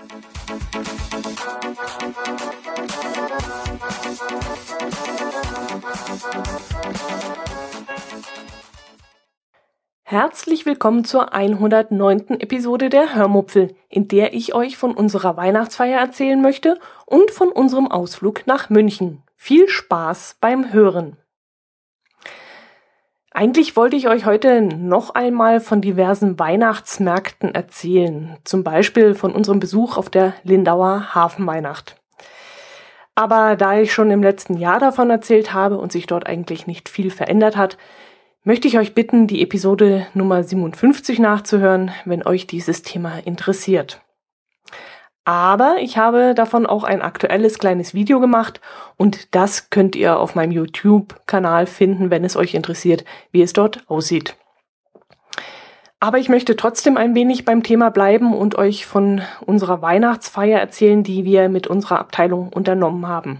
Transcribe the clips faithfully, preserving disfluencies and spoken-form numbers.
Herzlich willkommen zur hundertneunten Episode der Hörmupfel, in der ich euch von unserer Weihnachtsfeier erzählen möchte und von unserem Ausflug nach München. Viel Spaß beim Hören! Eigentlich wollte ich euch heute noch einmal von diversen Weihnachtsmärkten erzählen, zum Beispiel von unserem Besuch auf der Lindauer Hafenweihnacht. Aber da ich schon im letzten Jahr davon erzählt habe und sich dort eigentlich nicht viel verändert hat, möchte ich euch bitten, die Episode Nummer siebenundfünfzig nachzuhören, wenn euch dieses Thema interessiert. Aber ich habe davon auch ein aktuelles kleines Video gemacht und das könnt ihr auf meinem YouTube-Kanal finden, wenn es euch interessiert, wie es dort aussieht. Aber ich möchte trotzdem ein wenig beim Thema bleiben und euch von unserer Weihnachtsfeier erzählen, die wir mit unserer Abteilung unternommen haben.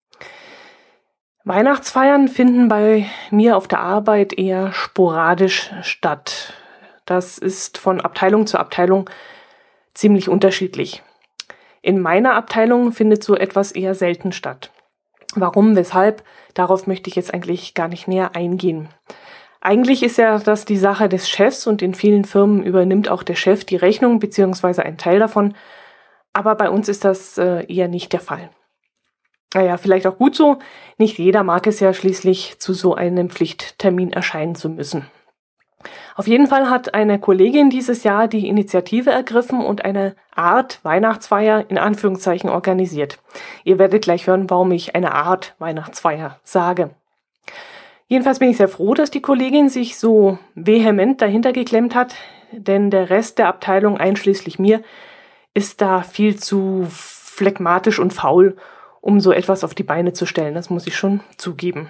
Weihnachtsfeiern finden bei mir auf der Arbeit eher sporadisch statt. Das ist von Abteilung zu Abteilung ziemlich unterschiedlich. In meiner Abteilung findet so etwas eher selten statt. Warum, weshalb? Darauf möchte ich jetzt eigentlich gar nicht näher eingehen. Eigentlich ist ja das die Sache des Chefs und in vielen Firmen übernimmt auch der Chef die Rechnung bzw. einen Teil davon. Aber bei uns ist das äh, eher nicht der Fall. Naja, vielleicht auch gut so. Nicht jeder mag es ja schließlich, zu so einem Pflichttermin erscheinen zu müssen. Auf jeden Fall hat eine Kollegin dieses Jahr die Initiative ergriffen und eine Art Weihnachtsfeier in Anführungszeichen organisiert. Ihr werdet gleich hören, warum ich eine Art Weihnachtsfeier sage. Jedenfalls bin ich sehr froh, dass die Kollegin sich so vehement dahinter geklemmt hat, denn der Rest der Abteilung, einschließlich mir, ist da viel zu phlegmatisch und faul, um so etwas auf die Beine zu stellen. Das muss ich schon zugeben.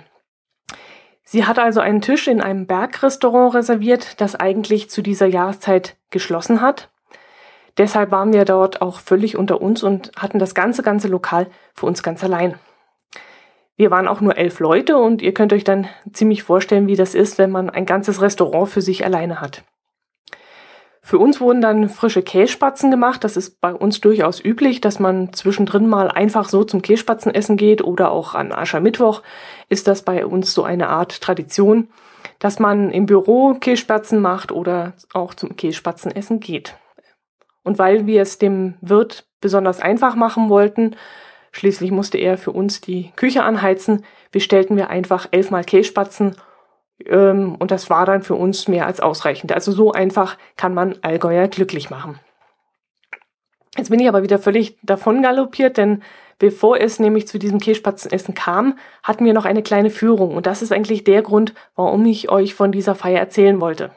Sie hat also einen Tisch in einem Bergrestaurant reserviert, das eigentlich zu dieser Jahreszeit geschlossen hat. Deshalb waren wir dort auch völlig unter uns und hatten das ganze, ganze Lokal für uns ganz allein. Wir waren auch nur elf Leute und ihr könnt euch dann ziemlich vorstellen, wie das ist, wenn man ein ganzes Restaurant für sich alleine hat. Für uns wurden dann frische Kässpatzen gemacht. Das ist bei uns durchaus üblich, dass man zwischendrin mal einfach so zum Kässspatzenessen geht oder auch an Aschermittwoch ist das bei uns so eine Art Tradition, dass man im Büro Kässpatzen macht oder auch zum Kässpatzenessen geht. Und weil wir es dem Wirt besonders einfach machen wollten, schließlich musste er für uns die Küche anheizen, bestellten wir einfach elfmal Kässpatzen. Und das war dann für uns mehr als ausreichend. Also so einfach kann man Allgäuer glücklich machen. Jetzt bin ich aber wieder völlig davon galoppiert, denn bevor es nämlich zu diesem Kässpatzenessen kam, hatten wir noch eine kleine Führung. Und das ist eigentlich der Grund, warum ich euch von dieser Feier erzählen wollte.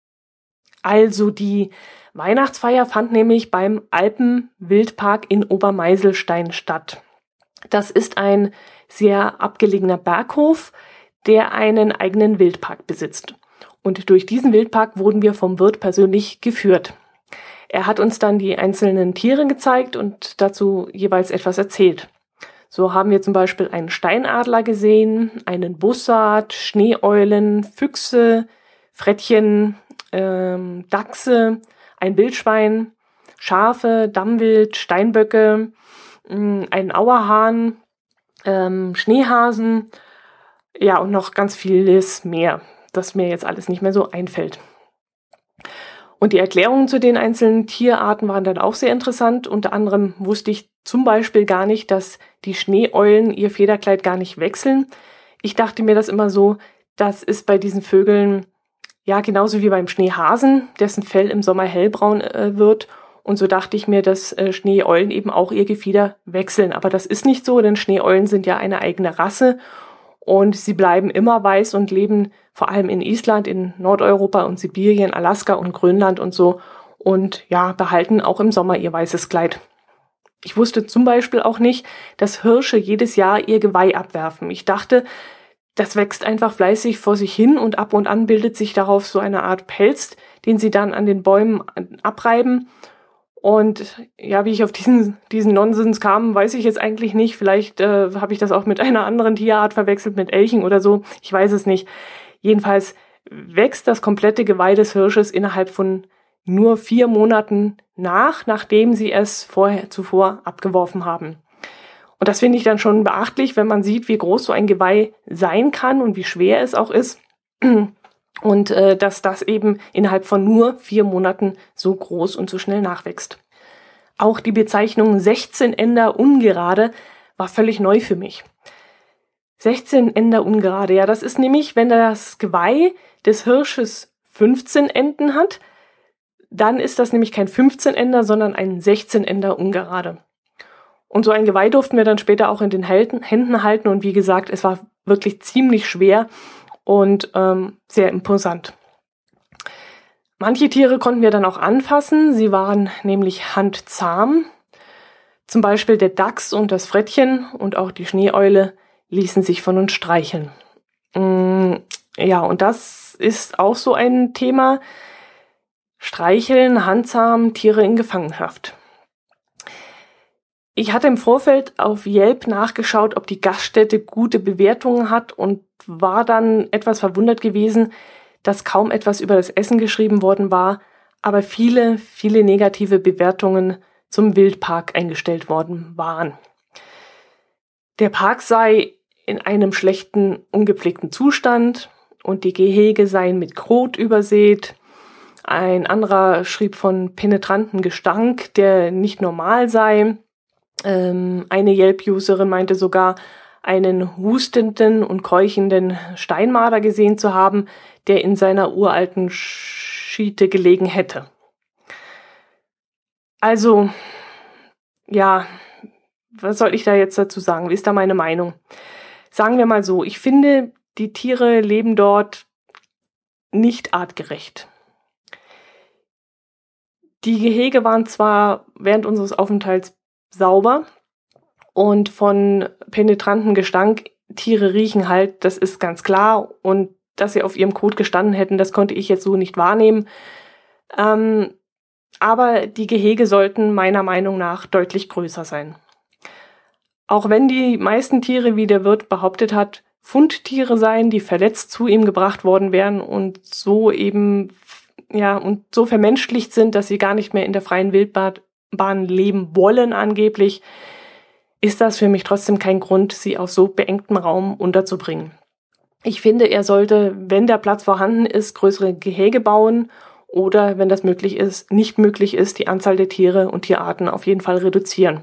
Also die Weihnachtsfeier fand nämlich beim Alpenwildpark in Obermeiselstein statt. Das ist ein sehr abgelegener Berghof, der einen eigenen Wildpark besitzt. Und durch diesen Wildpark wurden wir vom Wirt persönlich geführt. Er hat uns dann die einzelnen Tiere gezeigt und dazu jeweils etwas erzählt. So haben wir zum Beispiel einen Steinadler gesehen, einen Bussard, Schneeeulen, Füchse, Frettchen, ähm, Dachse, ein Wildschwein, Schafe, Dammwild, Steinböcke, mh, einen Auerhahn, ähm, Schneehasen, ja, und noch ganz vieles mehr, das mir jetzt alles nicht mehr so einfällt. Und die Erklärungen zu den einzelnen Tierarten waren dann auch sehr interessant. Unter anderem wusste ich zum Beispiel gar nicht, dass die Schneeeulen ihr Federkleid gar nicht wechseln. Ich dachte mir das immer so, das ist bei diesen Vögeln ja genauso wie beim Schneehasen, dessen Fell im Sommer hellbraun äh, wird. Und so dachte ich mir, dass äh, Schneeeulen eben auch ihr Gefieder wechseln. Aber das ist nicht so, denn Schneeeulen sind ja eine eigene Rasse. Und sie bleiben immer weiß und leben vor allem in Island, in Nordeuropa und Sibirien, Alaska und Grönland und so. Und ja, behalten auch im Sommer ihr weißes Kleid. Ich wusste zum Beispiel auch nicht, dass Hirsche jedes Jahr ihr Geweih abwerfen. Ich dachte, das wächst einfach fleißig vor sich hin und ab und an bildet sich darauf so eine Art Pelz, den sie dann an den Bäumen abreiben. Und ja, wie ich auf diesen, diesen Nonsens kam, weiß ich jetzt eigentlich nicht. Vielleicht äh, habe ich das auch mit einer anderen Tierart verwechselt, mit Elchen oder so. Ich weiß es nicht. Jedenfalls wächst das komplette Geweih des Hirsches innerhalb von nur vier Monaten nach, nachdem sie es vorher zuvor abgeworfen haben. Und das finde ich dann schon beachtlich, wenn man sieht, wie groß so ein Geweih sein kann und wie schwer es auch ist. Und äh, dass das eben innerhalb von nur vier Monaten so groß und so schnell nachwächst. Auch die Bezeichnung sechzehn Ender ungerade war völlig neu für mich. sechzehn Ender ungerade, ja, das ist nämlich, wenn das Geweih des Hirsches fünfzehn Enden hat, dann ist das nämlich kein fünfzehn Ender, sondern ein sechzehn Ender ungerade. Und so ein Geweih durften wir dann später auch in den Händen halten und wie gesagt, es war wirklich ziemlich schwer und ähm, sehr imposant. Manche Tiere konnten wir dann auch anfassen, sie waren nämlich handzahm. Zum Beispiel der Dachs und das Frettchen und auch die Schneeeule ließen sich von uns streicheln. Ja, und das ist auch so ein Thema. Streicheln, handzahm, Tiere in Gefangenschaft. Ich hatte im Vorfeld auf Yelp nachgeschaut, ob die Gaststätte gute Bewertungen hat und war dann etwas verwundert gewesen, dass kaum etwas über das Essen geschrieben worden war, aber viele, viele negative Bewertungen zum Wildpark eingestellt worden waren. Der Park sei in einem schlechten, ungepflegten Zustand und die Gehege seien mit Kot übersät. Ein anderer schrieb von penetrantem Gestank, der nicht normal sei. Ähm, eine Yelp-Userin meinte sogar, einen hustenden und keuchenden Steinmarder gesehen zu haben, der in seiner uralten Schiete gelegen hätte. Also, ja, was soll ich da jetzt dazu sagen? Wie ist da meine Meinung? Sagen wir mal so, ich finde, die Tiere leben dort nicht artgerecht. Die Gehege waren zwar während unseres Aufenthalts sauber und von penetrantem Gestank, Tiere riechen halt, das ist ganz klar. Und dass sie auf ihrem Kot gestanden hätten, das konnte ich jetzt so nicht wahrnehmen. Ähm, aber die Gehege sollten meiner Meinung nach deutlich größer sein. Auch wenn die meisten Tiere, wie der Wirt behauptet hat, Fundtiere seien, die verletzt zu ihm gebracht worden wären und so eben, ja, und so vermenschlicht sind, dass sie gar nicht mehr in der freien Wildbahn leben wollen angeblich, ist das für mich trotzdem kein Grund, sie auf so beengtem Raum unterzubringen. Ich finde, er sollte, wenn der Platz vorhanden ist, größere Gehege bauen oder, wenn das möglich ist, nicht möglich ist, die Anzahl der Tiere und Tierarten auf jeden Fall reduzieren.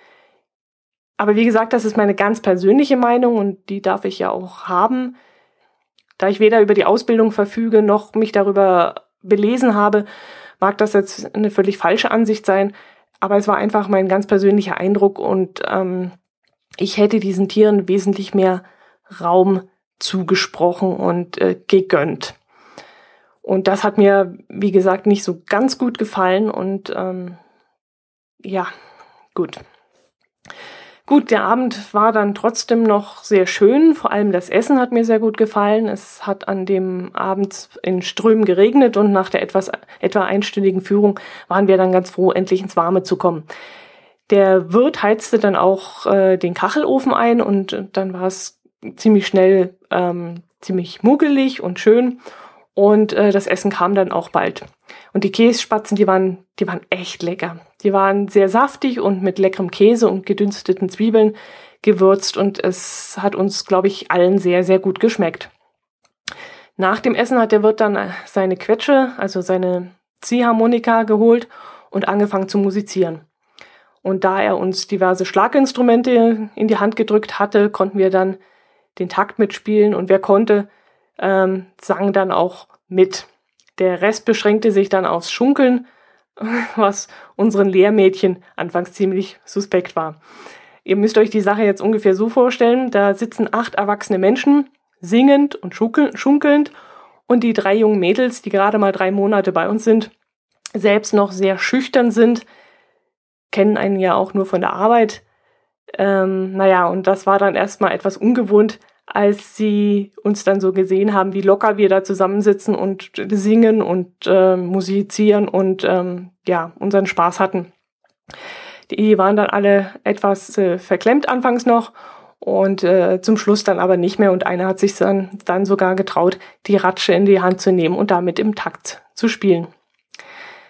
Aber wie gesagt, das ist meine ganz persönliche Meinung und die darf ich ja auch haben. Da ich weder über die Ausbildung verfüge, noch mich darüber belesen habe, mag das jetzt eine völlig falsche Ansicht sein. Aber es war einfach mein ganz persönlicher Eindruck und ähm, ich hätte diesen Tieren wesentlich mehr Raum zugesprochen und äh, gegönnt. Und das hat mir, wie gesagt, nicht so ganz gut gefallen und ähm, ja, gut. Gut, der Abend war dann trotzdem noch sehr schön, vor allem das Essen hat mir sehr gut gefallen. Es hat an dem Abend in Strömen geregnet und nach der etwas etwa einstündigen Führung waren wir dann ganz froh, endlich ins Warme zu kommen. Der Wirt heizte dann auch äh, den Kachelofen ein und dann war es ziemlich schnell ähm, ziemlich muggelig und schön und äh, das Essen kam dann auch bald. Und die Kässpatzen, die waren, die waren echt lecker. Die waren sehr saftig und mit leckerem Käse und gedünsteten Zwiebeln gewürzt und es hat uns, glaube ich, allen sehr, sehr gut geschmeckt. Nach dem Essen hat der Wirt dann seine Quetsche, also seine Ziehharmonika geholt und angefangen zu musizieren. Und da er uns diverse Schlaginstrumente in die Hand gedrückt hatte, konnten wir dann den Takt mitspielen und wer konnte, ähm, sang dann auch mit. Der Rest beschränkte sich dann aufs Schunkeln, was unseren Lehrmädchen anfangs ziemlich suspekt war. Ihr müsst euch die Sache jetzt ungefähr so vorstellen, da sitzen acht erwachsene Menschen, singend und schunkelnd und die drei jungen Mädels, die gerade mal drei Monate bei uns sind, selbst noch sehr schüchtern sind, kennen einen ja auch nur von der Arbeit. Ähm, naja, und das war dann erstmal etwas ungewohnt, als sie uns dann so gesehen haben, wie locker wir da zusammensitzen und singen und äh, musizieren und ähm, ja, unseren Spaß hatten. Die waren dann alle etwas äh, verklemmt anfangs noch und äh, zum Schluss dann aber nicht mehr und einer hat sich dann, dann sogar getraut, die Ratsche in die Hand zu nehmen und damit im Takt zu spielen.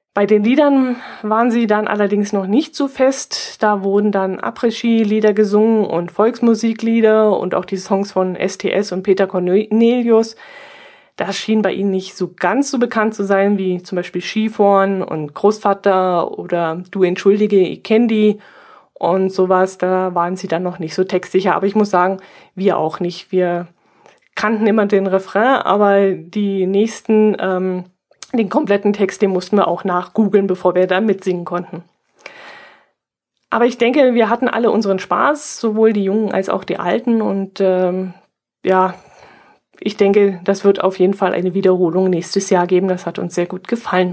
Bei den Liedern waren sie dann allerdings noch nicht so fest. Da wurden dann Après-Ski-Lieder gesungen und Volksmusiklieder und auch die Songs von S T S und Peter Cornelius. Das schien bei ihnen nicht so ganz so bekannt zu sein wie zum Beispiel Skifahren und Großvater oder Du entschuldige, ich kenn die und sowas. Da waren sie dann noch nicht so textsicher. Aber ich muss sagen, wir auch nicht. Wir kannten immer den Refrain, aber die nächsten, ähm, den kompletten Text, den mussten wir auch nachgoogeln, bevor wir da mitsingen konnten. Aber ich denke, wir hatten alle unseren Spaß, sowohl die Jungen als auch die Alten. Und ähm, ja, ich denke, das wird auf jeden Fall eine Wiederholung nächstes Jahr geben. Das hat uns sehr gut gefallen.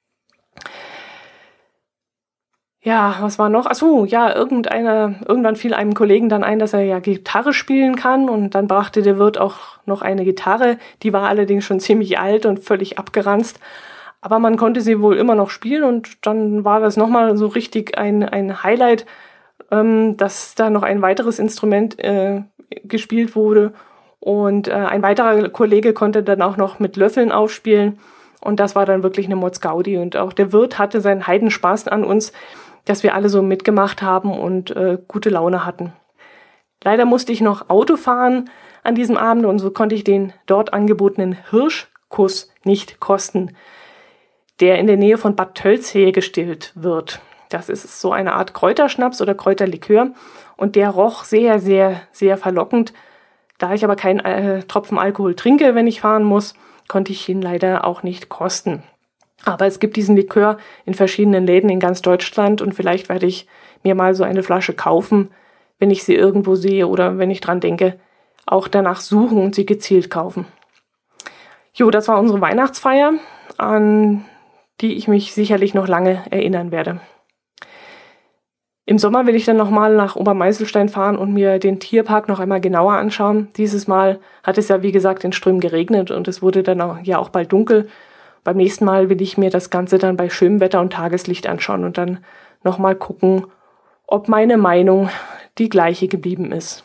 Ja, was war noch? Ach so, ja, irgendeiner, irgendwann fiel einem Kollegen dann ein, dass er ja Gitarre spielen kann und dann brachte der Wirt auch noch eine Gitarre, die war allerdings schon ziemlich alt und völlig abgeranzt, aber man konnte sie wohl immer noch spielen und dann war das nochmal so richtig ein, ein Highlight, ähm, dass da noch ein weiteres Instrument äh, gespielt wurde und äh, ein weiterer Kollege konnte dann auch noch mit Löffeln aufspielen und das war dann wirklich eine Mordsgaudi und auch der Wirt hatte seinen Heidenspaß an uns, dass wir alle so mitgemacht haben und äh, gute Laune hatten. Leider musste ich noch Auto fahren an diesem Abend und so konnte ich den dort angebotenen Hirschkuss nicht kosten, der in der Nähe von Bad Tölz hergestellt wird. Das ist so eine Art Kräuterschnaps oder Kräuterlikör und der roch sehr, sehr, sehr verlockend. Da ich aber keinen äh, Tropfen Alkohol trinke, wenn ich fahren muss, konnte ich ihn leider auch nicht kosten. Aber es gibt diesen Likör in verschiedenen Läden in ganz Deutschland und vielleicht werde ich mir mal so eine Flasche kaufen, wenn ich sie irgendwo sehe oder wenn ich dran denke, auch danach suchen und sie gezielt kaufen. Jo, das war unsere Weihnachtsfeier, an die ich mich sicherlich noch lange erinnern werde. Im Sommer will ich dann nochmal nach Obermeißelstein fahren und mir den Tierpark noch einmal genauer anschauen. Dieses Mal hat es ja wie gesagt in Strömen geregnet und es wurde dann auch, ja auch bald dunkel. Beim nächsten Mal will ich mir das Ganze dann bei schönem Wetter und Tageslicht anschauen und dann nochmal gucken, ob meine Meinung die gleiche geblieben ist.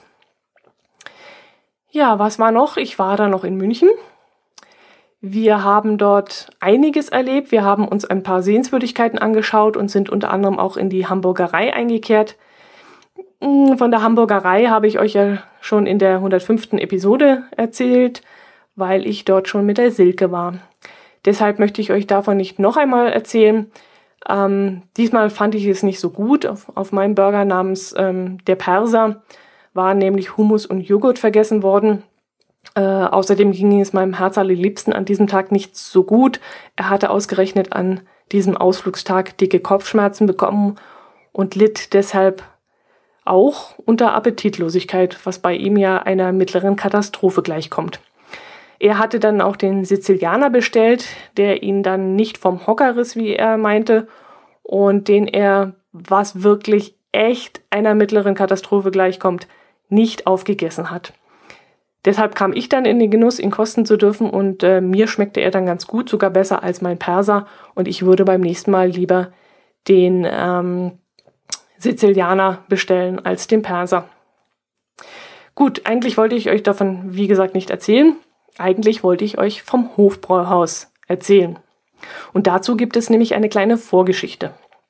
Ja, was war noch? Ich war da noch in München. Wir haben dort einiges erlebt. Wir haben uns ein paar Sehenswürdigkeiten angeschaut und sind unter anderem auch in die Hamburgerei eingekehrt. Von der Hamburgerei habe ich euch ja schon in der hundertfünften Episode erzählt, weil ich dort schon mit der Silke war. Deshalb möchte ich euch davon nicht noch einmal erzählen. Ähm, diesmal fand ich es nicht so gut. Auf, auf meinem Burger namens ähm, der Perser war nämlich Hummus und Joghurt vergessen worden. Äh, außerdem ging es meinem Herz allerliebsten an diesem Tag nicht so gut. Er hatte ausgerechnet an diesem Ausflugstag dicke Kopfschmerzen bekommen und litt deshalb auch unter Appetitlosigkeit, was bei ihm ja einer mittleren Katastrophe gleichkommt. Er hatte dann auch den Sizilianer bestellt, der ihn dann nicht vom Hocker riss, wie er meinte, und den er, was wirklich echt einer mittleren Katastrophe gleichkommt, nicht aufgegessen hat. Deshalb kam ich dann in den Genuss, ihn kosten zu dürfen und äh, mir schmeckte er dann ganz gut, sogar besser als mein Perser und ich würde beim nächsten Mal lieber den ähm, Sizilianer bestellen als den Perser. Gut, eigentlich wollte ich euch davon, wie gesagt, nicht erzählen. Eigentlich wollte ich euch vom Hofbräuhaus erzählen. Und dazu gibt es nämlich eine kleine Vorgeschichte.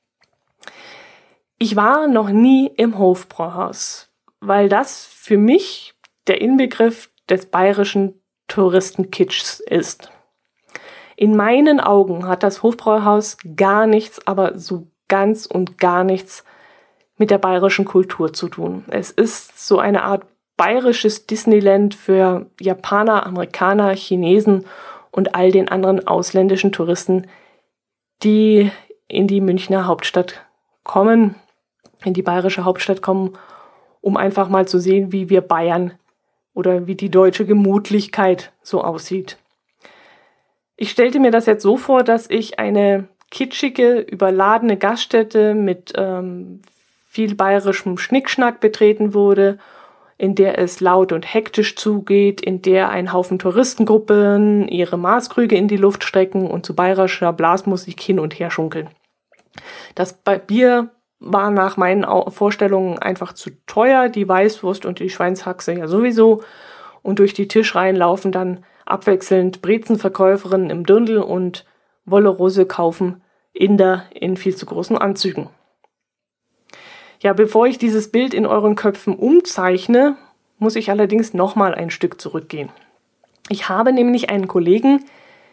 Ich war noch nie im Hofbräuhaus, weil das für mich der Inbegriff des bayerischen Touristenkitschs ist. In meinen Augen hat das Hofbräuhaus gar nichts, aber so ganz und gar nichts mit der bayerischen Kultur zu tun. Es ist so eine Art bayerisches Disneyland für Japaner, Amerikaner, Chinesen und all den anderen ausländischen Touristen, die in die Münchner Hauptstadt kommen, in die bayerische Hauptstadt kommen, um einfach mal zu sehen, wie wir Bayern oder wie die deutsche Gemütlichkeit so aussieht. Ich stellte mir das jetzt so vor, dass ich eine kitschige, überladene Gaststätte mit ähm, viel bayerischem Schnickschnack betreten würde, in der es laut und hektisch zugeht, in der ein Haufen Touristengruppen ihre Maßkrüge in die Luft strecken und zu bayerischer Blasmusik hin und her schunkeln. Das Bier war nach meinen Vorstellungen einfach zu teuer, die Weißwurst und die Schweinshaxe ja sowieso, und durch die Tischreihen laufen dann abwechselnd Brezenverkäuferinnen im Dirndl und Wolle Rose kaufen Inder in viel zu großen Anzügen. Ja, bevor ich dieses Bild in euren Köpfen umzeichne, muss ich allerdings nochmal ein Stück zurückgehen. Ich habe nämlich einen Kollegen,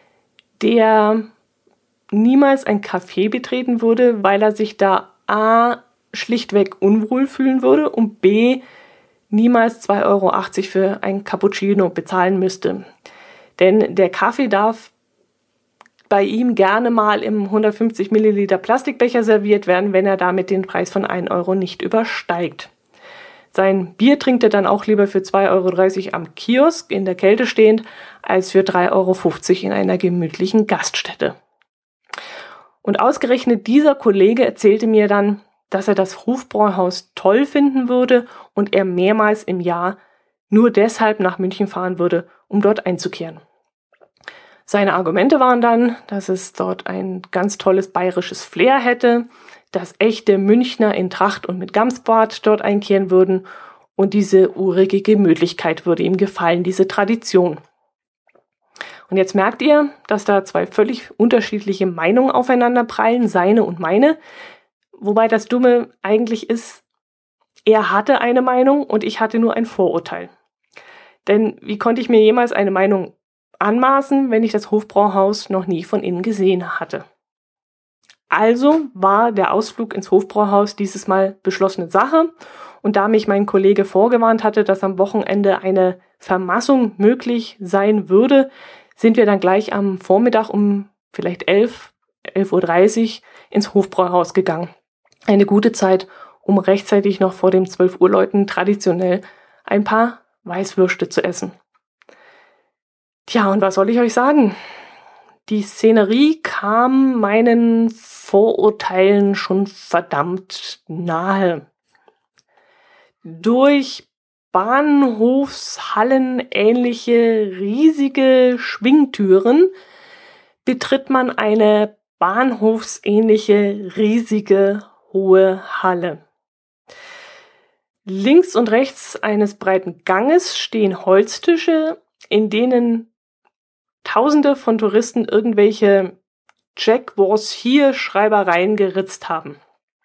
der niemals ein Café betreten würde, weil er sich da a. schlichtweg unwohl fühlen würde und b. niemals zwei Euro achtzig für ein Cappuccino bezahlen müsste. Denn der Kaffee darf bei ihm gerne mal im hundertfünfzig Milliliter Plastikbecher serviert werden, wenn er damit den Preis von ein Euro nicht übersteigt. Sein Bier trinkt er dann auch lieber für zwei Euro dreißig am Kiosk in der Kälte stehend, als für drei Euro fünfzig in einer gemütlichen Gaststätte. Und ausgerechnet dieser Kollege erzählte mir dann, dass er das Hofbräuhaus toll finden würde und er mehrmals im Jahr nur deshalb nach München fahren würde, um dort einzukehren. Seine Argumente waren dann, dass es dort ein ganz tolles bayerisches Flair hätte, dass echte Münchner in Tracht und mit Gamsbart dort einkehren würden und diese urige Gemütlichkeit würde ihm gefallen, diese Tradition. Und jetzt merkt ihr, dass da zwei völlig unterschiedliche Meinungen aufeinander prallen, seine und meine. Wobei das Dumme eigentlich ist, er hatte eine Meinung und ich hatte nur ein Vorurteil. Denn wie konnte ich mir jemals eine Meinung anmaßen, wenn ich das Hofbrauhaus noch nie von innen gesehen hatte? Also war der Ausflug ins Hofbrauhaus dieses Mal beschlossene Sache. Und da mich mein Kollege vorgewarnt hatte, dass am Wochenende eine Vermassung möglich sein würde, sind wir dann gleich am Vormittag um vielleicht elf, elf Uhr dreißig ins Hofbräuhaus gegangen. Eine gute Zeit, um rechtzeitig noch vor dem zwölf Uhr Läuten traditionell ein paar Weißwürste zu essen. Tja, und was soll ich euch sagen? Die Szenerie kam meinen Vorurteilen schon verdammt nahe. Durch Bahnhofshallen ähnliche riesige Schwingtüren betritt man eine bahnhofsähnliche riesige hohe Halle. Links und rechts eines breiten Ganges stehen Holztische, in denen Tausende von Touristen irgendwelche Jack was hier Schreibereien geritzt haben.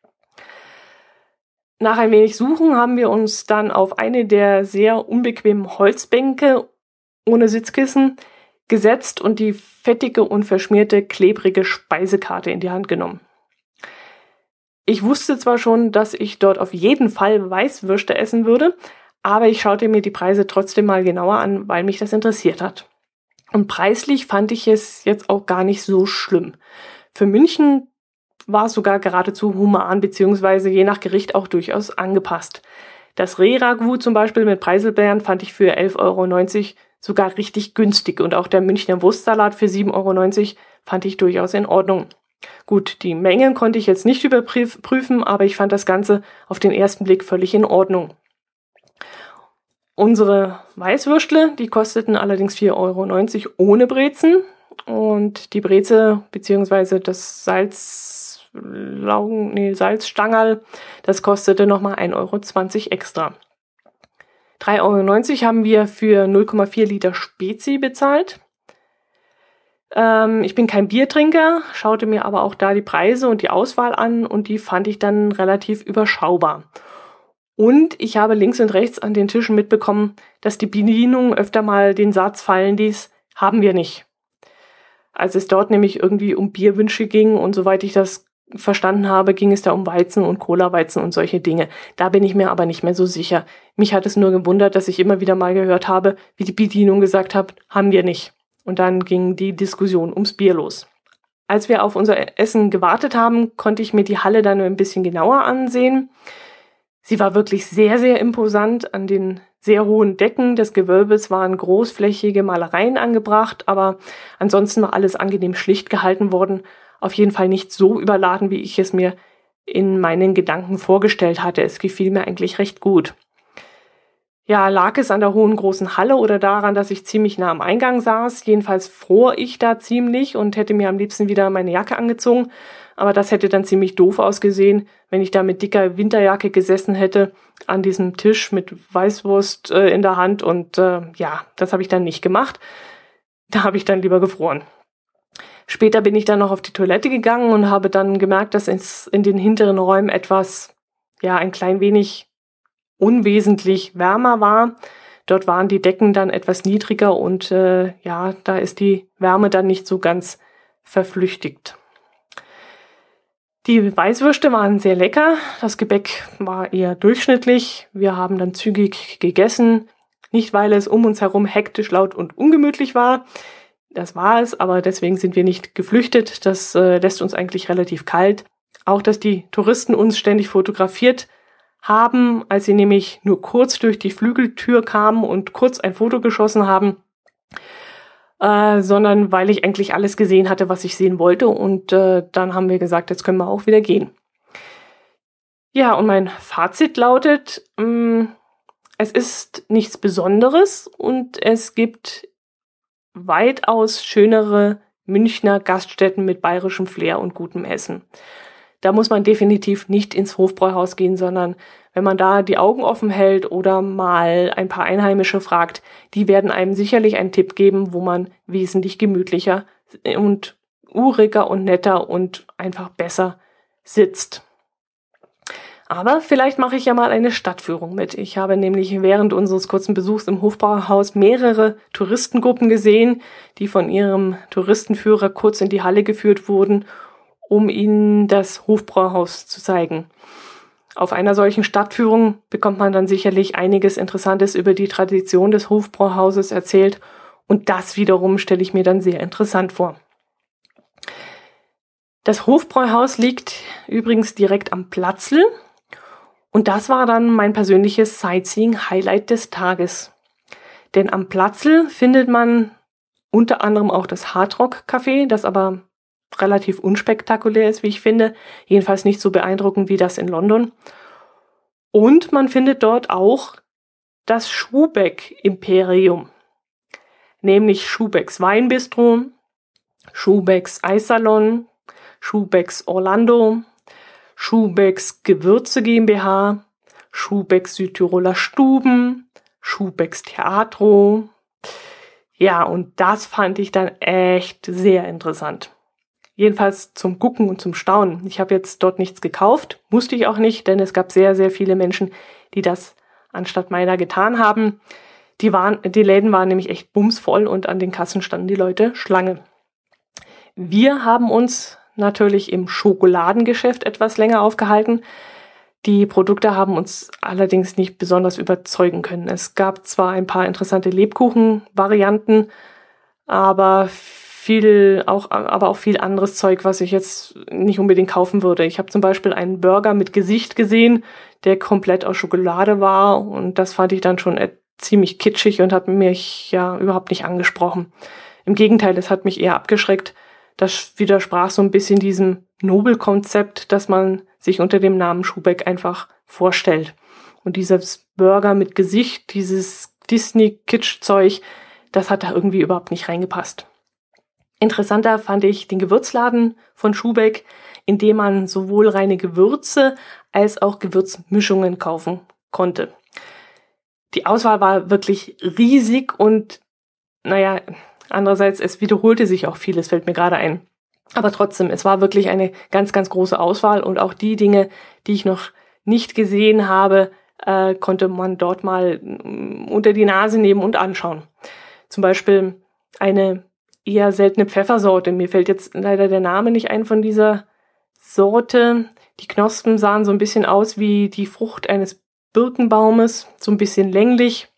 Nach ein wenig Suchen haben wir uns dann auf eine der sehr unbequemen Holzbänke ohne Sitzkissen gesetzt und die fettige und verschmierte, klebrige Speisekarte in die Hand genommen. Ich wusste zwar schon, dass ich dort auf jeden Fall Weißwürste essen würde, aber ich schaute mir die Preise trotzdem mal genauer an, weil mich das interessiert hat. Und preislich fand ich es jetzt auch gar nicht so schlimm. Für München war es sogar geradezu human, beziehungsweise je nach Gericht auch durchaus angepasst. Das Reh-Ragout zum Beispiel mit Preiselbeeren fand ich für elf Euro neunzig sogar richtig günstig und auch der Münchner Wurstsalat für sieben Euro neunzig fand ich durchaus in Ordnung. Gut, die Mengen konnte ich jetzt nicht überprüfen, aber ich fand das Ganze auf den ersten Blick völlig in Ordnung. Unsere Weißwürstle, die kosteten allerdings vier Euro neunzig ohne Brezen und die Breze bzw. das Salzlaugen, nee, Salzstangerl, das kostete nochmal ein Euro zwanzig extra. drei Euro neunzig haben wir für null Komma vier Liter Spezi bezahlt. Ähm, ich bin kein Biertrinker, schaute mir aber auch da die Preise und die Auswahl an und die fand ich dann relativ überschaubar. Und ich habe links und rechts an den Tischen mitbekommen, dass die Bedienung öfter mal den Satz fallen ließ, haben wir nicht. Als es dort nämlich irgendwie um Bierwünsche ging und soweit ich das verstanden habe, ging es da um Weizen und Cola-Weizen und solche Dinge. Da bin ich mir aber nicht mehr so sicher. Mich hat es nur gewundert, dass ich immer wieder mal gehört habe, wie die Bedienung gesagt hat, haben wir nicht. Und dann ging die Diskussion ums Bier los. Als wir auf unser Essen gewartet haben, konnte ich mir die Halle dann ein bisschen genauer ansehen. Sie war wirklich sehr, sehr imposant. An den sehr hohen Decken des Gewölbes waren großflächige Malereien angebracht, aber ansonsten war alles angenehm schlicht gehalten worden. Auf jeden Fall nicht so überladen, wie ich es mir in meinen Gedanken vorgestellt hatte. Es gefiel mir eigentlich recht gut. Ja, lag es an der hohen großen Halle oder daran, dass ich ziemlich nah am Eingang saß? Jedenfalls fror ich da ziemlich und hätte mir am liebsten wieder meine Jacke angezogen. Aber das hätte dann ziemlich doof ausgesehen, wenn ich da mit dicker Winterjacke gesessen hätte an diesem Tisch mit Weißwurst äh, in der Hand. Und äh, ja, das habe ich dann nicht gemacht. Da habe ich dann lieber gefroren. Später bin ich dann noch auf die Toilette gegangen und habe dann gemerkt, dass es in den hinteren Räumen etwas, ja, ein klein wenig unwesentlich wärmer war. Dort waren die Decken dann etwas niedriger und äh, ja, da ist die Wärme dann nicht so ganz verflüchtigt. Die Weißwürste waren sehr lecker, das Gebäck war eher durchschnittlich. Wir haben dann zügig gegessen, nicht weil es um uns herum hektisch, laut und ungemütlich war. Das war es, aber deswegen sind wir nicht geflüchtet. Das äh, lässt uns eigentlich relativ kalt. Auch, dass die Touristen uns ständig fotografiert haben, als sie nämlich nur kurz durch die Flügeltür kamen und kurz ein Foto geschossen haben, äh, sondern weil ich eigentlich alles gesehen hatte, was ich sehen wollte. Und äh, dann haben wir gesagt, jetzt können wir auch wieder gehen. Ja, und mein Fazit lautet, mh, es ist nichts Besonderes und es gibt weitaus schönere Münchner Gaststätten mit bayerischem Flair und gutem Essen. Da muss man definitiv nicht ins Hofbräuhaus gehen, sondern wenn man da die Augen offen hält oder mal ein paar Einheimische fragt, die werden einem sicherlich einen Tipp geben, wo man wesentlich gemütlicher und uriger und netter und einfach besser sitzt. Aber vielleicht mache ich ja mal eine Stadtführung mit. Ich habe nämlich während unseres kurzen Besuchs im Hofbräuhaus mehrere Touristengruppen gesehen, die von ihrem Touristenführer kurz in die Halle geführt wurden, um ihnen das Hofbräuhaus zu zeigen. Auf einer solchen Stadtführung bekommt man dann sicherlich einiges Interessantes über die Tradition des Hofbräuhauses erzählt und das wiederum stelle ich mir dann sehr interessant vor. Das Hofbräuhaus liegt übrigens direkt am Platzl. Und das war dann mein persönliches Sightseeing-Highlight des Tages. Denn am Platzl findet man unter anderem auch das Hardrock-Café, das aber relativ unspektakulär ist, wie ich finde. Jedenfalls nicht so beeindruckend wie das in London. Und man findet dort auch das Schuhbeck-Imperium. Nämlich Schubecks Weinbistro, Schubecks Eissalon, Schubecks Orlando, Schubecks Gewürze GmbH, Schubecks Südtiroler Stuben, Schubecks Theatro. Ja, und das fand ich dann echt sehr interessant. Jedenfalls zum Gucken und zum Staunen. Ich habe jetzt dort nichts gekauft, musste ich auch nicht, denn es gab sehr, sehr viele Menschen, die das anstatt meiner getan haben. Die, waren, die Läden waren nämlich echt bumsvoll und an den Kassen standen die Leute Schlange. Wir haben uns natürlich im Schokoladengeschäft etwas länger aufgehalten. Die Produkte haben uns allerdings nicht besonders überzeugen können. Es gab zwar ein paar interessante Lebkuchen-Varianten, aber viel auch, aber auch viel anderes Zeug, was ich jetzt nicht unbedingt kaufen würde. Ich habe zum Beispiel einen Burger mit Gesicht gesehen, der komplett aus Schokolade war und das fand ich dann schon ziemlich kitschig und hat mich ja überhaupt nicht angesprochen. Im Gegenteil, es hat mich eher abgeschreckt. Das widersprach so ein bisschen diesem Nobel-Konzept, das man sich unter dem Namen Schubeck einfach vorstellt. Und dieses Burger mit Gesicht, dieses Disney-Kitsch-Zeug, das hat da irgendwie überhaupt nicht reingepasst. Interessanter fand ich den Gewürzladen von Schubeck, in dem man sowohl reine Gewürze als auch Gewürzmischungen kaufen konnte. Die Auswahl war wirklich riesig und, naja, andererseits, es wiederholte sich auch vieles, fällt mir gerade ein. Aber trotzdem, es war wirklich eine ganz, ganz große Auswahl und auch die Dinge, die ich noch nicht gesehen habe, äh, konnte man dort mal unter die Nase nehmen und anschauen. Zum Beispiel eine eher seltene Pfeffersorte. Mir fällt jetzt leider der Name nicht ein von dieser Sorte. Die Knospen sahen so ein bisschen aus wie die Frucht eines Birkenbaumes, so ein bisschen länglich.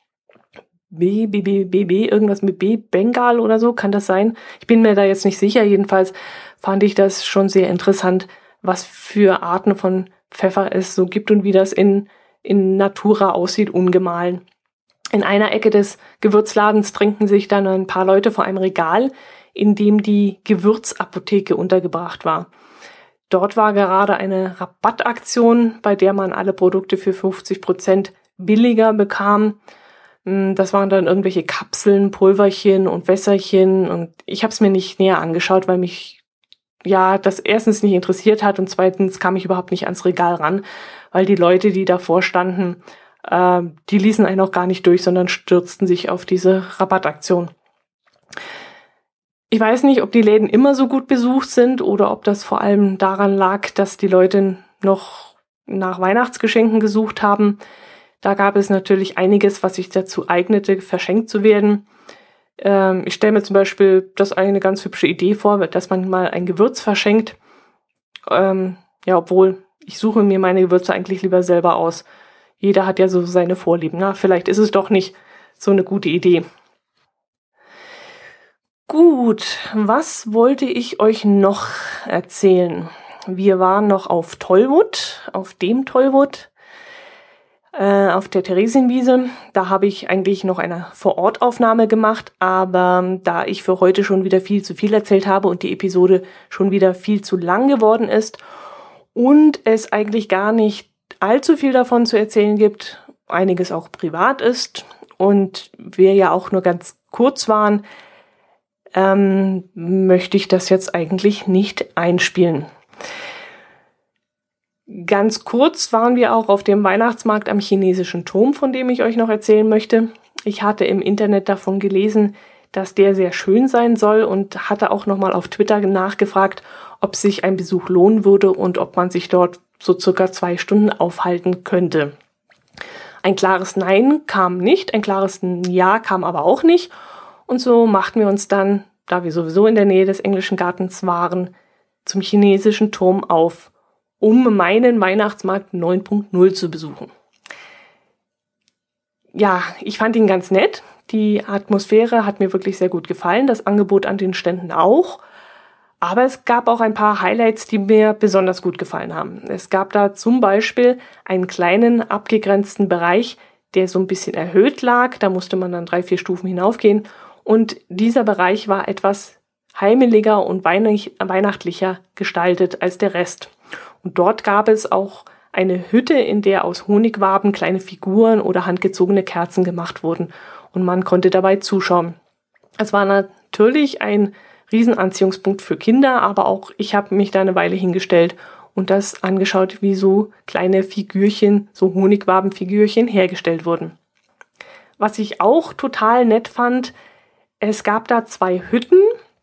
B, B, B, B, B, irgendwas mit B, Bengal oder so, kann das sein? Ich bin mir da jetzt nicht sicher. Jedenfalls fand ich das schon sehr interessant, was für Arten von Pfeffer es so gibt und wie das in, in Natura aussieht, ungemahlen. In einer Ecke des Gewürzladens trinken sich dann ein paar Leute vor einem Regal, in dem die Gewürzapotheke untergebracht war. Dort war gerade eine Rabattaktion, bei der man alle Produkte für fünfzig Prozent billiger bekam. Das waren dann irgendwelche Kapseln, Pulverchen und Wässerchen und ich habe es mir nicht näher angeschaut, weil mich ja das erstens nicht interessiert hat und zweitens kam ich überhaupt nicht ans Regal ran, weil die Leute, die davor standen, äh, die ließen einen auch gar nicht durch, sondern stürzten sich auf diese Rabattaktion. Ich weiß nicht, ob die Läden immer so gut besucht sind oder ob das vor allem daran lag, dass die Leute noch nach Weihnachtsgeschenken gesucht haben. Da gab es natürlich einiges, was sich dazu eignete, verschenkt zu werden. Ähm, ich stelle mir zum Beispiel das eine ganz hübsche Idee vor, dass man mal ein Gewürz verschenkt. Ähm, ja, obwohl ich suche mir meine Gewürze eigentlich lieber selber aus. Jeder hat ja so seine Vorlieben. Na, vielleicht ist es doch nicht so eine gute Idee. Gut, was wollte ich euch noch erzählen? Wir waren noch auf Tollwood, auf dem Tollwood, äh, auf der Theresienwiese. Da habe ich eigentlich noch eine Vor-Ort-Aufnahme gemacht, aber da ich für heute schon wieder viel zu viel erzählt habe und die Episode schon wieder viel zu lang geworden ist und es eigentlich gar nicht allzu viel davon zu erzählen gibt, einiges auch privat ist und wir ja auch nur ganz kurz waren, ähm, möchte ich das jetzt eigentlich nicht einspielen. Ganz kurz waren wir auch auf dem Weihnachtsmarkt am Chinesischen Turm, von dem ich euch noch erzählen möchte. Ich hatte im Internet davon gelesen, dass der sehr schön sein soll und hatte auch nochmal auf Twitter nachgefragt, ob sich ein Besuch lohnen würde und ob man sich dort so circa zwei Stunden aufhalten könnte. Ein klares Nein kam nicht, ein klares Ja kam aber auch nicht. Und so machten wir uns dann, da wir sowieso in der Nähe des Englischen Gartens waren, zum Chinesischen Turm auf, um meinen Weihnachtsmarkt neun Punkt null zu besuchen. Ja, ich fand ihn ganz nett. Die Atmosphäre hat mir wirklich sehr gut gefallen, das Angebot an den Ständen auch. Aber es gab auch ein paar Highlights, die mir besonders gut gefallen haben. Es gab da zum Beispiel einen kleinen, abgegrenzten Bereich, der so ein bisschen erhöht lag. Da musste man dann drei, vier Stufen hinaufgehen. Und dieser Bereich war etwas heimeliger und weihnachtlicher gestaltet als der Rest. Und dort gab es auch eine Hütte, in der aus Honigwaben kleine Figuren oder handgezogene Kerzen gemacht wurden. Und man konnte dabei zuschauen. Es war natürlich ein Riesenanziehungspunkt für Kinder, aber auch ich habe mich da eine Weile hingestellt und das angeschaut, wie so kleine Figürchen, so Honigwabenfigürchen hergestellt wurden. Was ich auch total nett fand, es gab da zwei Hütten.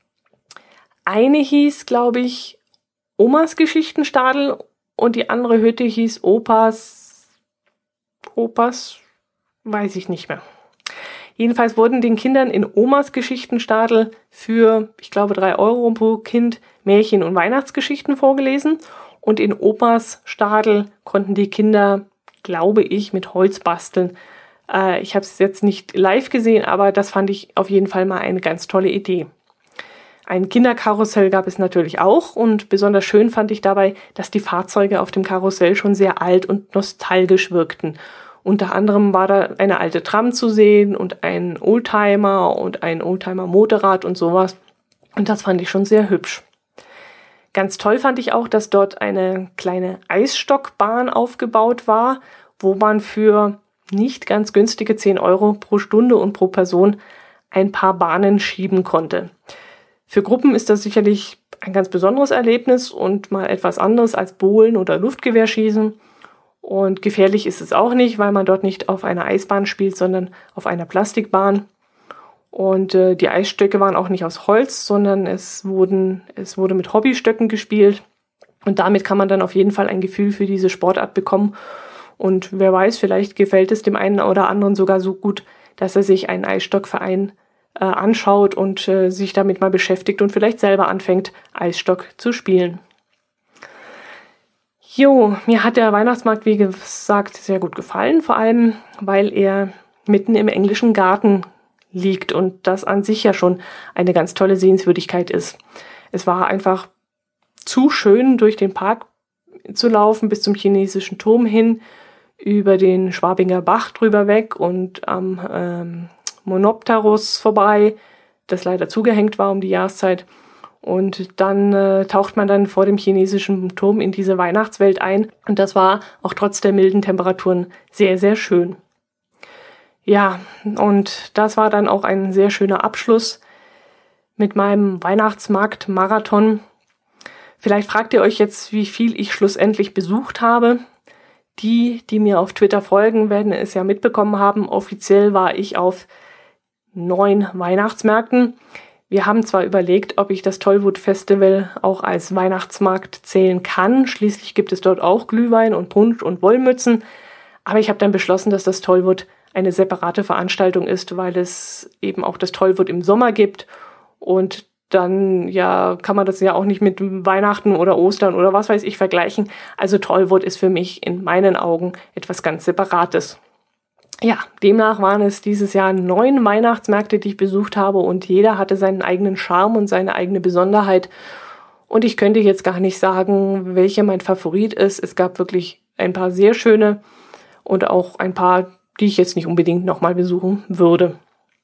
Eine hieß, glaube ich, Omas Geschichtenstadel und die andere Hütte hieß Opas, Opas, weiß ich nicht mehr. Jedenfalls wurden den Kindern in Omas Geschichtenstadel für, ich glaube, drei Euro pro Kind Märchen- und Weihnachtsgeschichten vorgelesen. Und in Opas Stadel konnten die Kinder, glaube ich, mit Holz basteln. Äh, ich habe es jetzt nicht live gesehen, aber das fand ich auf jeden Fall mal eine ganz tolle Idee. Ein Kinderkarussell gab es natürlich auch und besonders schön fand ich dabei, dass die Fahrzeuge auf dem Karussell schon sehr alt und nostalgisch wirkten. Unter anderem war da eine alte Tram zu sehen und ein Oldtimer und ein Oldtimer-Motorrad und sowas. Und das fand ich schon sehr hübsch. Ganz toll fand ich auch, dass dort eine kleine Eisstockbahn aufgebaut war, wo man für nicht ganz günstige zehn Euro pro Stunde und pro Person ein paar Bahnen schieben konnte. Für Gruppen ist das sicherlich ein ganz besonderes Erlebnis und mal etwas anderes als Bowlen oder Luftgewehrschießen. Und gefährlich ist es auch nicht, weil man dort nicht auf einer Eisbahn spielt, sondern auf einer Plastikbahn. Und äh, die Eisstöcke waren auch nicht aus Holz, sondern es wurden, es wurde mit Hobbystöcken gespielt. Und damit kann man dann auf jeden Fall ein Gefühl für diese Sportart bekommen. Und wer weiß, vielleicht gefällt es dem einen oder anderen sogar so gut, dass er sich einen Eisstockverein äh, anschaut und äh, sich damit mal beschäftigt und vielleicht selber anfängt, Eisstock zu spielen. Jo, mir hat der Weihnachtsmarkt, wie gesagt, sehr gut gefallen, vor allem, weil er mitten im Englischen Garten liegt und das an sich ja schon eine ganz tolle Sehenswürdigkeit ist. Es war einfach zu schön, durch den Park zu laufen, bis zum Chinesischen Turm hin, über den Schwabinger Bach drüber weg und am ähm, Monopterus vorbei, das leider zugehängt war um die Jahreszeit. Und dann äh, taucht man dann vor dem Chinesischen Turm in diese Weihnachtswelt ein. Und das war auch trotz der milden Temperaturen sehr, sehr schön. Ja, und das war dann auch ein sehr schöner Abschluss mit meinem Weihnachtsmarkt-Marathon. Vielleicht fragt ihr euch jetzt, wie viel ich schlussendlich besucht habe. Die, die mir auf Twitter folgen, werden es ja mitbekommen haben. Offiziell war ich auf neun Weihnachtsmärkten. Wir haben zwar überlegt, ob ich das Tollwood Festival auch als Weihnachtsmarkt zählen kann. Schließlich gibt es dort auch Glühwein und Punsch und Wollmützen. Aber ich habe dann beschlossen, dass das Tollwood eine separate Veranstaltung ist, weil es eben auch das Tollwood im Sommer gibt. Und dann ja kann man das ja auch nicht mit Weihnachten oder Ostern oder was weiß ich vergleichen. Also Tollwood ist für mich in meinen Augen etwas ganz Separates. Ja, demnach waren es dieses Jahr neun Weihnachtsmärkte, die ich besucht habe, und jeder hatte seinen eigenen Charme und seine eigene Besonderheit. Und ich könnte jetzt gar nicht sagen, welcher mein Favorit ist. Es gab wirklich ein paar sehr schöne und auch ein paar, die ich jetzt nicht unbedingt nochmal besuchen würde.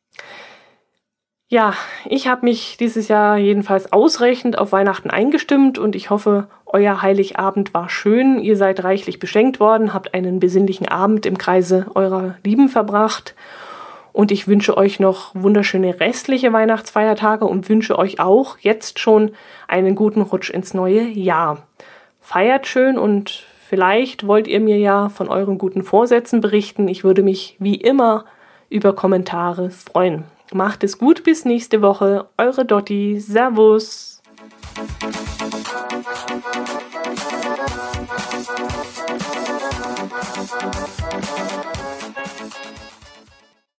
Ja, ich habe mich dieses Jahr jedenfalls ausreichend auf Weihnachten eingestimmt und ich hoffe, euer Heiligabend war schön. Ihr seid reichlich beschenkt worden, habt einen besinnlichen Abend im Kreise eurer Lieben verbracht. Und ich wünsche euch noch wunderschöne restliche Weihnachtsfeiertage und wünsche euch auch jetzt schon einen guten Rutsch ins neue Jahr. Feiert schön und vielleicht wollt ihr mir ja von euren guten Vorsätzen berichten. Ich würde mich wie immer über Kommentare freuen. Macht es gut, bis nächste Woche. Eure Dotti. Servus.